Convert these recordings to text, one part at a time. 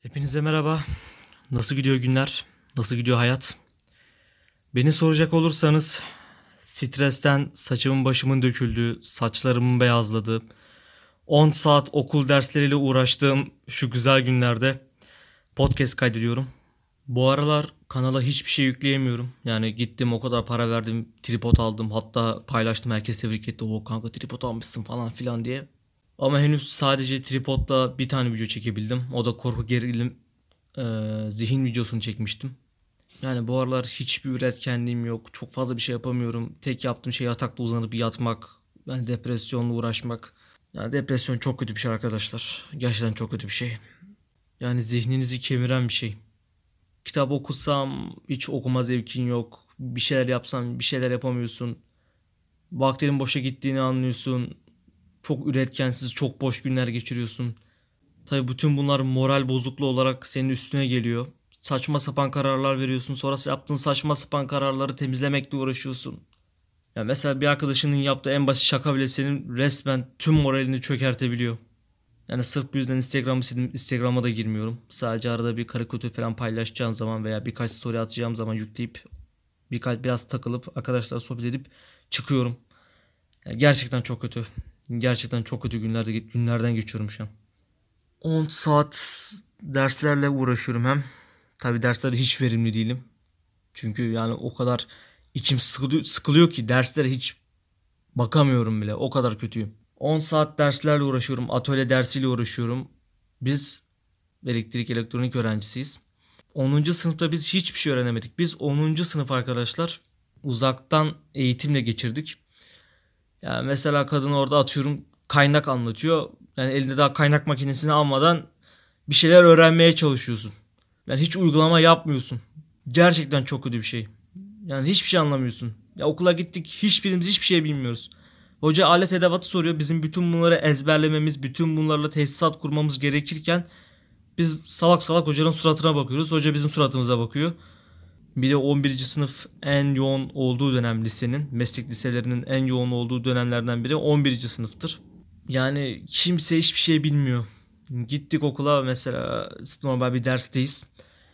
Hepinize merhaba. Nasıl gidiyor günler? Nasıl gidiyor hayat? Beni soracak olursanız stresten saçımın başımın döküldüğü, saçlarımın beyazladığı, 10 saat okul dersleriyle uğraştığım şu güzel günlerde podcast kaydediyorum. Bu aralar kanala hiçbir şey yükleyemiyorum. Yani gittim o kadar para verdim, tripod aldım. Hatta paylaştım, herkes tebrik etti. O kanka tripod almışsın falan filan diye. Ama henüz sadece tripodla bir tane video çekebildim. O da korku gerilim zihin videosunu çekmiştim. Yani bu aralar hiçbir üretkenliğim yok. Çok fazla bir şey yapamıyorum. Tek yaptığım şey yatakta uzanıp yatmak. Yani depresyonla uğraşmak. Yani depresyon çok kötü bir şey arkadaşlar. Gerçekten çok kötü bir şey. Yani zihninizi kemiren bir şey. Kitap okusam hiç okuma zevkin yok. Bir şeyler yapsam bir şeyler yapamıyorsun. Vaktinin boşa gittiğini anlıyorsun. Çok üretkensiz, çok boş günler geçiriyorsun. Tabii bütün bunlar moral bozukluğu olarak senin üstüne geliyor. Saçma sapan kararlar veriyorsun. Sonrası yaptığın saçma sapan kararları temizlemekle uğraşıyorsun. Ya mesela bir arkadaşının yaptığı en basit şaka bile senin resmen tüm moralini çökertebiliyor. Yani sırf bu yüzden Instagram'ı sildim. Instagram'a da girmiyorum. Sadece arada bir karikatür falan paylaşacağım zaman veya birkaç story atacağım zaman yükleyip biraz takılıp arkadaşlarla sohbet edip çıkıyorum. Yani gerçekten çok kötü. Gerçekten çok kötü günlerden geçiyorum şu an. 10 saat derslerle uğraşıyorum hem. Tabii derslerde hiç verimli değilim. Çünkü yani o kadar içim sıkılıyor ki derslere hiç bakamıyorum bile. O kadar kötüyüm. 10 saat derslerle uğraşıyorum. Atölye dersiyle uğraşıyorum. Biz elektrik elektronik öğrencisiyiz. 10. sınıfta biz hiçbir şey öğrenemedik. Biz 10. sınıf arkadaşlar uzaktan eğitimle geçirdik. Yani mesela kadın orada atıyorum kaynak anlatıyor. Yani elinde daha kaynak makinesini almadan bir şeyler öğrenmeye çalışıyorsun. Yani hiç uygulama yapmıyorsun. Gerçekten çok kötü bir şey. Yani hiçbir şey anlamıyorsun. Ya okula gittik, hiçbirimiz hiçbir şey bilmiyoruz. Hoca alet edevatı soruyor. Bizim bütün bunları ezberlememiz, bütün bunlarla tesisat kurmamız gerekirken biz salak salak hocanın suratına bakıyoruz. Hoca bizim suratımıza bakıyor. Bir de 11. sınıf en yoğun olduğu dönem lisenin, meslek liselerinin en yoğun olduğu dönemlerden biri 11. sınıftır. Yani kimse hiçbir şey bilmiyor. Gittik okula mesela normal bir dersteyiz.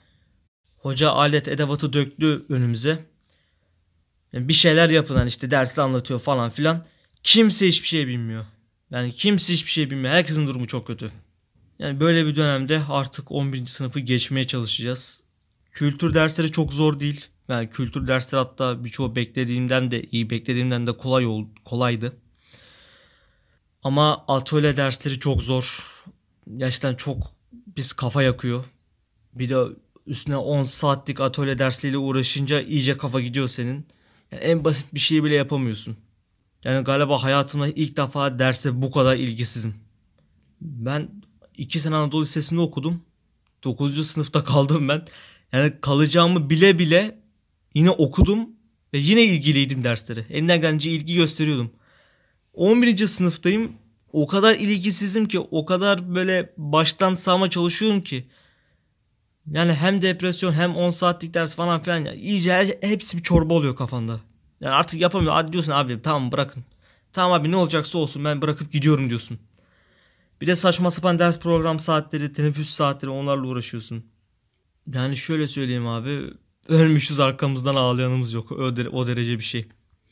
Hoca alet edevatı döktü önümüze. Yani bir şeyler yapın hani işte dersi anlatıyor falan filan. Kimse hiçbir şey bilmiyor. Yani kimse hiçbir şey bilmiyor. Herkesin durumu çok kötü. Yani böyle bir dönemde artık 11. sınıfı geçmeye çalışacağız. Kültür dersleri çok zor değil. Yani kültür dersleri hatta birçoğu beklediğimden de iyi, beklediğimden de kolaydı. Ama atölye dersleri çok zor. Gerçekten çok biz kafa yakıyor. Bir de üstüne 10 saatlik atölye dersleriyle uğraşınca iyice kafa gidiyor senin. Yani en basit bir şeyi bile yapamıyorsun. Yani galiba hayatımda ilk defa derse bu kadar ilgisizim. Ben 2 sene Anadolu Lisesi'nde okudum. 9. sınıfta kaldım ben. Yani kalacağımı bile bile yine okudum ve yine ilgiliydim derslere. Elimden gelince ilgi gösteriyordum. 11. sınıftayım. O kadar ilgisizim ki, o kadar böyle baştan sağma çalışıyorum ki. Yani hem depresyon hem 10 saatlik ders falan filan ya iyice hepsi bir çorba oluyor kafanda. Yani artık yapamıyor. Hadi diyorsun abi tamam bırakın. Tamam abi ne olacaksa olsun ben bırakıp gidiyorum diyorsun. Bir de saçma sapan ders program saatleri, teneffüs saatleri onlarla uğraşıyorsun. Yani şöyle söyleyeyim abi. Ölmüşüz arkamızdan ağlayanımız yok. O derece bir şey.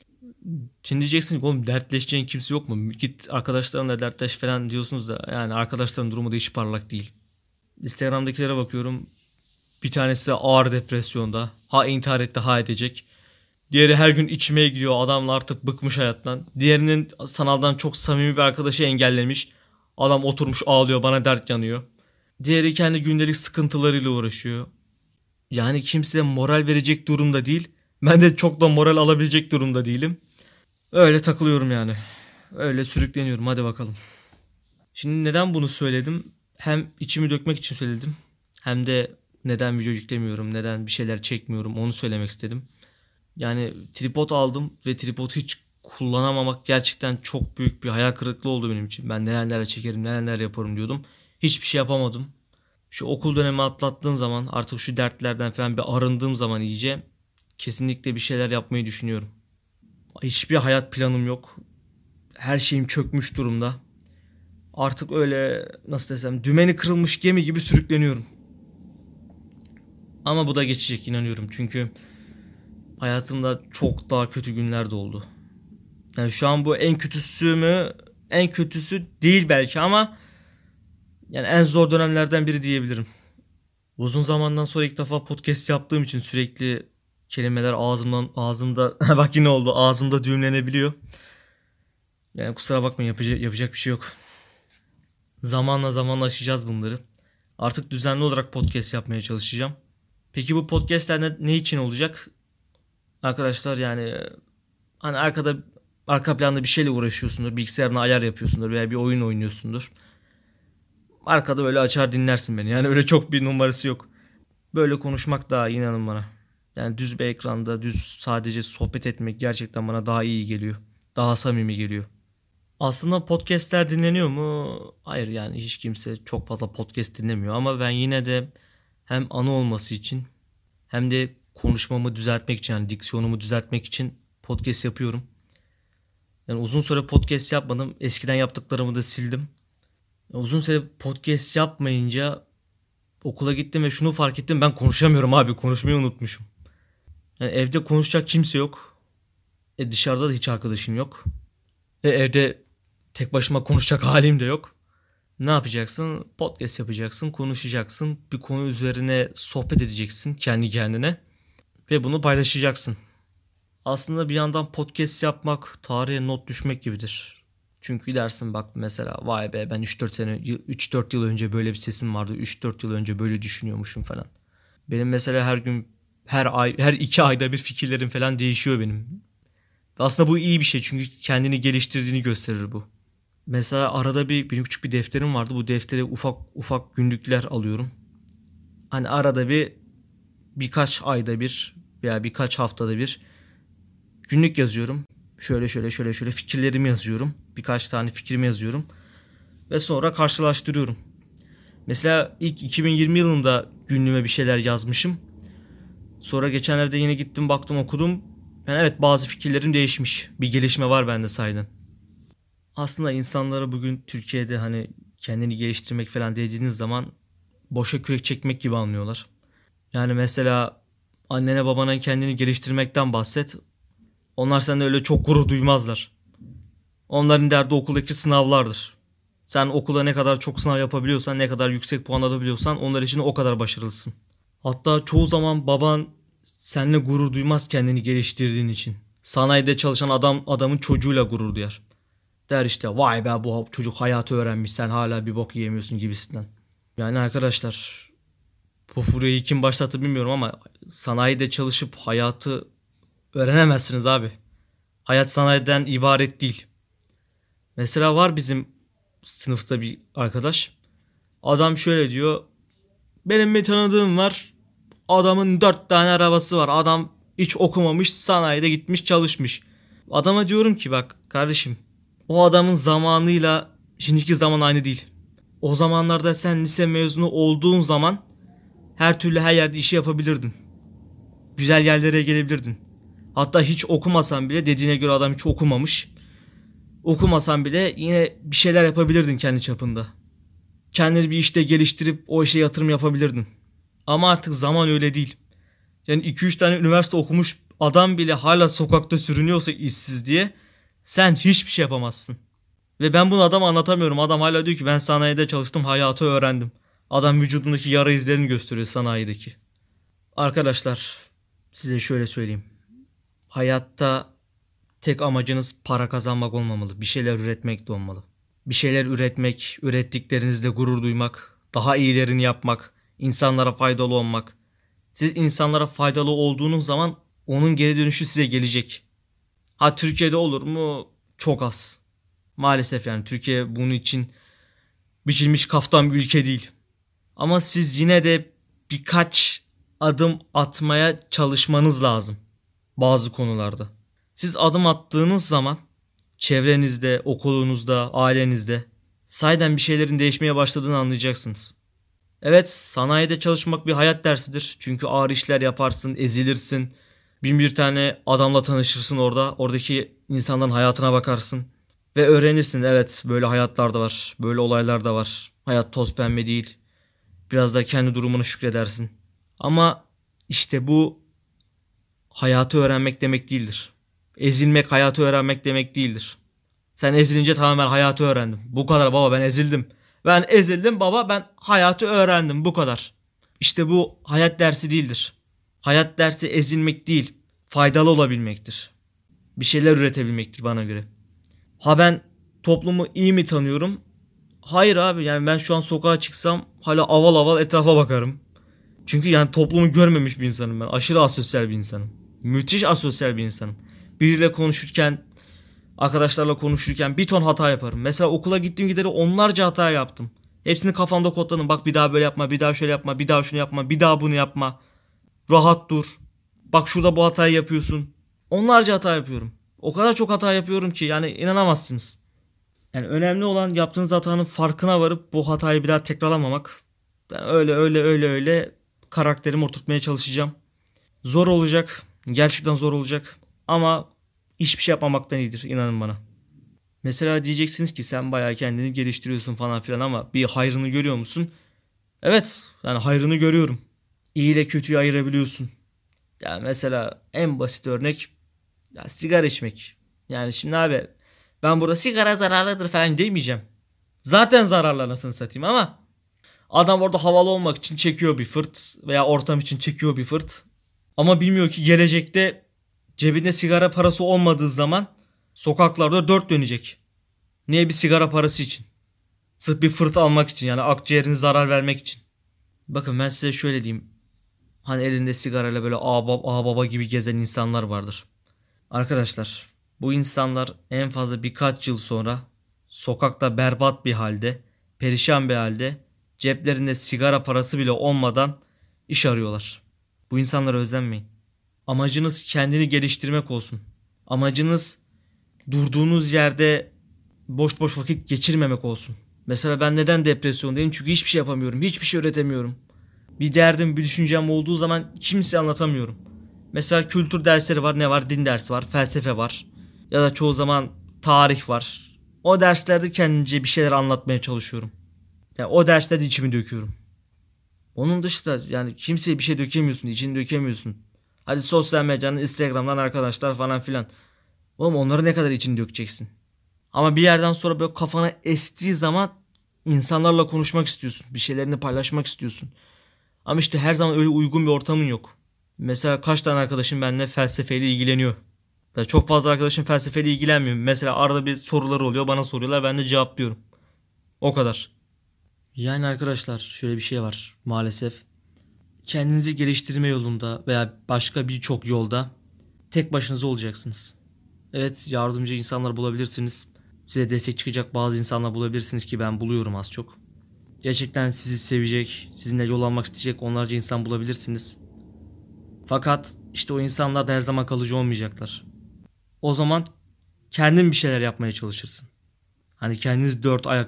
Şimdi diyeceksin ki oğlum dertleşeceğin kimse yok mu? Git arkadaşlarınla dertleş falan diyorsunuz da yani arkadaşların durumu da hiç parlak değil. Instagram'dakilere bakıyorum. Bir tanesi ağır depresyonda. Ha intihar etti ha edecek. Diğeri her gün içmeye gidiyor. Adamla artık bıkmış hayattan. Diğerinin sanaldan çok samimi bir arkadaşı engellemiş. Adam oturmuş ağlıyor bana dert yanıyor. Diğeri kendi gündelik sıkıntılarıyla uğraşıyor. Yani kimseye moral verecek durumda değil. Ben de çok da moral alabilecek durumda değilim. Öyle takılıyorum yani. Öyle sürükleniyorum hadi bakalım. Şimdi neden bunu söyledim? Hem içimi dökmek için söyledim. Hem de neden video yüklemiyorum, neden bir şeyler çekmiyorum onu söylemek istedim. Yani tripod aldım ve tripodu hiç kullanamamak gerçekten çok büyük bir hayal kırıklığı oldu benim için. Ben neler çekerim, neler yaparım diyordum. Hiçbir şey yapamadım. Şu okul dönemi atlattığım zaman artık şu dertlerden falan bir arındığım zaman iyice kesinlikle bir şeyler yapmayı düşünüyorum. Hiçbir hayat planım yok. Her şeyim çökmüş durumda. Artık öyle nasıl desem dümeni kırılmış gemi gibi sürükleniyorum. Ama bu da geçecek, inanıyorum. Çünkü hayatımda çok daha kötü günler de oldu. Yani şu an bu en kötüsü mü? En kötüsü değil belki ama yani en zor dönemlerden biri diyebilirim. Uzun zamandan sonra ilk defa podcast yaptığım için sürekli kelimeler ağzımda bak yine oldu, ağzımda düğümlenebiliyor. Yani kusura bakmayın, yapacak bir şey yok. Zamanla aşacağız bunları. Artık düzenli olarak podcast yapmaya çalışacağım. Peki bu podcastler ne için olacak? Arkadaşlar yani hani arka planda bir şeyle uğraşıyorsundur. Bilgisayarına ayar yapıyorsundur veya bir oyun oynuyorsundur. Arkada böyle açar dinlersin beni. Yani öyle çok bir numarası yok. Böyle konuşmak daha iyi, inanın bana. Yani düz bir ekranda sadece sohbet etmek gerçekten bana daha iyi geliyor. Daha samimi geliyor. Aslında podcastler dinleniyor mu? Hayır, yani hiç kimse çok fazla podcast dinlemiyor. Ama ben yine de hem anı olması için hem de konuşmamı düzeltmek için, yani diksiyonumu düzeltmek için podcast yapıyorum. Yani uzun süre podcast yapmadım. Eskiden yaptıklarımı da sildim. Uzun süre podcast yapmayınca okula gittim ve şunu fark ettim. Ben konuşamıyorum abi. Konuşmayı unutmuşum. Yani evde konuşacak kimse yok. Dışarıda da hiç arkadaşım yok. Evde tek başıma konuşacak halim de yok. Ne yapacaksın? Podcast yapacaksın, konuşacaksın. Bir konu üzerine sohbet edeceksin kendi kendine. Ve bunu paylaşacaksın. Aslında bir yandan podcast yapmak tarihe not düşmek gibidir. Çünkü dersin bak mesela, vay be ben 3-4 yıl önce böyle bir sesim vardı. 3-4 yıl önce böyle düşünüyormuşum falan. Benim mesela her gün, her 2 ayda bir fikirlerim falan değişiyor benim. Aslında bu iyi bir şey çünkü kendini geliştirdiğini gösterir bu. Mesela arada benim küçük bir defterim vardı. Bu deftere ufak ufak günlükler alıyorum. Hani arada birkaç ayda bir veya birkaç haftada bir günlük yazıyorum. Şöyle fikirlerimi yazıyorum. Birkaç tane fikrimi yazıyorum. Ve sonra karşılaştırıyorum. Mesela ilk 2020 yılında günlüğüme bir şeyler yazmışım. Sonra geçenlerde yine gittim baktım okudum. Yani evet, bazı fikirlerim değişmiş. Bir gelişme var bende sahiden. Aslında insanlara bugün Türkiye'de hani kendini geliştirmek falan dediğiniz zaman boşa kürek çekmek gibi anlıyorlar. Yani mesela annene babana kendini geliştirmekten bahset. Onlar senden öyle çok gurur duymazlar. Onların derdi okuldaki sınavlardır. Sen okulda ne kadar çok sınav yapabiliyorsan, ne kadar yüksek puan alabiliyorsan onlar için o kadar başarılısın. Hatta çoğu zaman baban seninle gurur duymaz kendini geliştirdiğin için. Sanayide çalışan adamın çocuğuyla gurur duyar. Der işte vay be bu çocuk hayatı öğrenmiş, sen hala bir bok yiyemiyorsun gibisinden. Yani arkadaşlar, bu furyayı kim başlattı bilmiyorum ama sanayide çalışıp hayatı öğrenemezsiniz abi. Hayat sanayiden ibaret değil. Mesela var bizim sınıfta bir arkadaş. Adam şöyle diyor. Benim bir tanıdığım var. Adamın 4 tane arabası var. Adam hiç okumamış, sanayide gitmiş çalışmış. Adama diyorum ki bak kardeşim, o adamın zamanıyla şimdiki zaman aynı değil. O zamanlarda sen lise mezunu olduğun zaman her türlü her yerde işi yapabilirdin. Güzel yerlere gelebilirdin. Hatta hiç okumasan bile, dediğine göre adam hiç okumamış. Okumasan bile yine bir şeyler yapabilirdin kendi çapında. Kendini bir işte geliştirip o işe yatırım yapabilirdin. Ama artık zaman öyle değil. Yani 2-3 tane üniversite okumuş adam bile hala sokakta sürünüyorsa işsiz diye sen hiçbir şey yapamazsın. Ve ben bunu adama anlatamıyorum. Adam hala diyor ki ben sanayide çalıştım, hayatı öğrendim. Adam vücudundaki yara izlerini gösteriyor sanayideki. Arkadaşlar, size şöyle söyleyeyim. Hayatta tek amacınız para kazanmak olmamalı. Bir şeyler üretmek de olmalı. Bir şeyler üretmek, ürettiklerinizde gurur duymak, daha iyilerini yapmak, insanlara faydalı olmak. Siz insanlara faydalı olduğunuz zaman onun geri dönüşü size gelecek. Ha, Türkiye'de olur mu? Çok az. Maalesef yani Türkiye bunun için biçilmiş kaftan bir ülke değil. Ama siz yine de birkaç adım atmaya çalışmanız lazım bazı konularda. Siz adım attığınız zaman çevrenizde, okulunuzda, ailenizde sahiden bir şeylerin değişmeye başladığını anlayacaksınız. Evet, sanayide çalışmak bir hayat dersidir. Çünkü ağır işler yaparsın, ezilirsin. Bin bir tane adamla tanışırsın orada. Oradaki insanların hayatına bakarsın. Ve öğrenirsin, evet böyle hayatlar da var. Böyle olaylar da var. Hayat toz pembe değil. Biraz da kendi durumuna şükredersin. Ama İşte bu hayatı öğrenmek demek değildir. Ezilmek hayatı öğrenmek demek değildir. Sen ezilince tamamen hayatı öğrendim. Bu kadar baba, ben ezildim. Ben ezildim baba, ben hayatı öğrendim, bu kadar. İşte bu hayat dersi değildir. Hayat dersi ezilmek değil, faydalı olabilmektir. Bir şeyler üretebilmektir bana göre. Ha ben toplumu iyi mi tanıyorum? Hayır abi, yani ben şu an sokağa çıksam hala aval aval etrafa bakarım. Çünkü yani toplumu görmemiş bir insanım ben. Aşırı asosyal bir insanım. Müthiş asosyal bir insanım. Biriyle konuşurken, arkadaşlarla konuşurken bir ton hata yaparım. Mesela okula gittiğim gideri onlarca hata yaptım. Hepsini kafamda kodladım. Bak bir daha böyle yapma, bir daha şöyle yapma, bir daha şunu yapma, bir daha bunu yapma. Rahat dur. Bak şurada bu hatayı yapıyorsun. Onlarca hata yapıyorum. O kadar çok hata yapıyorum ki yani inanamazsınız. Yani önemli olan yaptığınız hatanın farkına varıp bu hatayı bir daha tekrarlamamak. Ben öyle karakterimi oturtmaya çalışacağım. Zor olacak. Gerçekten zor olacak. Ama hiçbir şey yapmamaktan iyidir, inanın bana. Mesela diyeceksiniz ki sen bayağı kendini geliştiriyorsun falan filan ama bir hayrını görüyor musun? Evet, yani hayrını görüyorum. İyi ile kötüyü ayırabiliyorsun. Yani mesela en basit örnek ya sigara içmek. Yani şimdi abi ben burada sigara zararlıdır falan demeyeceğim. Zaten zararlı anasını satayım ama adam orada havalı olmak için çekiyor bir fırt veya ortam için çekiyor bir fırt. Ama bilmiyor ki gelecekte cebinde sigara parası olmadığı zaman sokaklarda dört dönecek. Niye? Bir sigara parası için. Sırf bir fırt almak için, yani akciğerine zarar vermek için. Bakın ben size şöyle diyeyim. Hani elinde sigarayla böyle ağ baba gibi gezen insanlar vardır. Arkadaşlar bu insanlar en fazla birkaç yıl sonra sokakta berbat bir halde, perişan bir halde, ceplerinde sigara parası bile olmadan iş arıyorlar. Bu insanlara özenmeyin. Amacınız kendini geliştirmek olsun. Amacınız durduğunuz yerde boş boş vakit geçirmemek olsun. Mesela ben neden depresyondayım? Çünkü hiçbir şey yapamıyorum. Hiçbir şey üretemiyorum. Bir derdim, bir düşüncem olduğu zaman kimseye anlatamıyorum. Mesela kültür dersleri var. Ne var? Din dersi var. Felsefe var. Ya da çoğu zaman tarih var. O derslerde kendimce bir şeyler anlatmaya çalışıyorum. Yani o derslerde içimi döküyorum. Onun dışında yani kimseye bir şey dökemiyorsun. İçini dökemiyorsun. Hadi sosyal medyanın, Instagram'dan arkadaşlar falan filan. Oğlum onları ne kadar içini dökeceksin? Ama bir yerden sonra böyle kafana estiği zaman insanlarla konuşmak istiyorsun. Bir şeylerini paylaşmak istiyorsun. Ama işte her zaman öyle uygun bir ortamın yok. Mesela kaç tane arkadaşım benimle felsefeyle ilgileniyor. Da çok fazla arkadaşım felsefeyle ilgilenmiyor. Mesela arada bir soruları oluyor, bana soruyorlar, ben de cevaplıyorum. O kadar. Yani arkadaşlar şöyle bir şey var maalesef. Kendinizi geliştirme yolunda veya başka birçok yolda tek başınıza olacaksınız. Evet, yardımcı insanlar bulabilirsiniz. Size destek çıkacak bazı insanlar bulabilirsiniz ki ben buluyorum az çok. Gerçekten sizi sevecek, sizinle yol almak isteyecek onlarca insan bulabilirsiniz. Fakat işte o insanlar da her zaman kalıcı olmayacaklar. O zaman kendin bir şeyler yapmaya çalışırsın. Hani kendiniz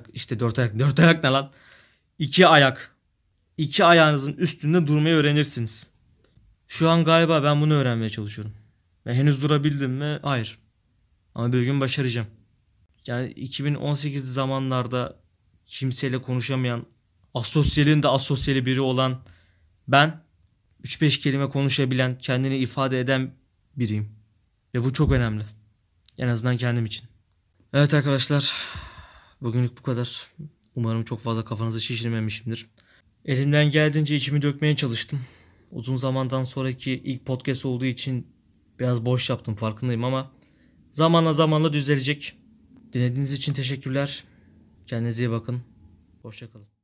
dört ayak ne lan? İki ayak. İki ayağınızın üstünde durmayı öğrenirsiniz. Şu an galiba ben bunu öğrenmeye çalışıyorum. Ve henüz durabildim mi? Hayır. Ama bir gün başaracağım. Yani 2018 zamanlarda kimseyle konuşamayan, asosyalin de asosyali biri olan ben 3-5 kelime konuşabilen, kendini ifade eden biriyim. Ve bu çok önemli. En azından kendim için. Evet arkadaşlar, bugünlük bu kadar. Umarım çok fazla kafanızı şişirmemişimdir. Elimden geldiğince içimi dökmeye çalıştım. Uzun zamandan sonraki ilk podcast olduğu için biraz boş yaptım, farkındayım ama zamanla düzelecek. Dinlediğiniz için teşekkürler. Kendinize iyi bakın. Hoşça kalın.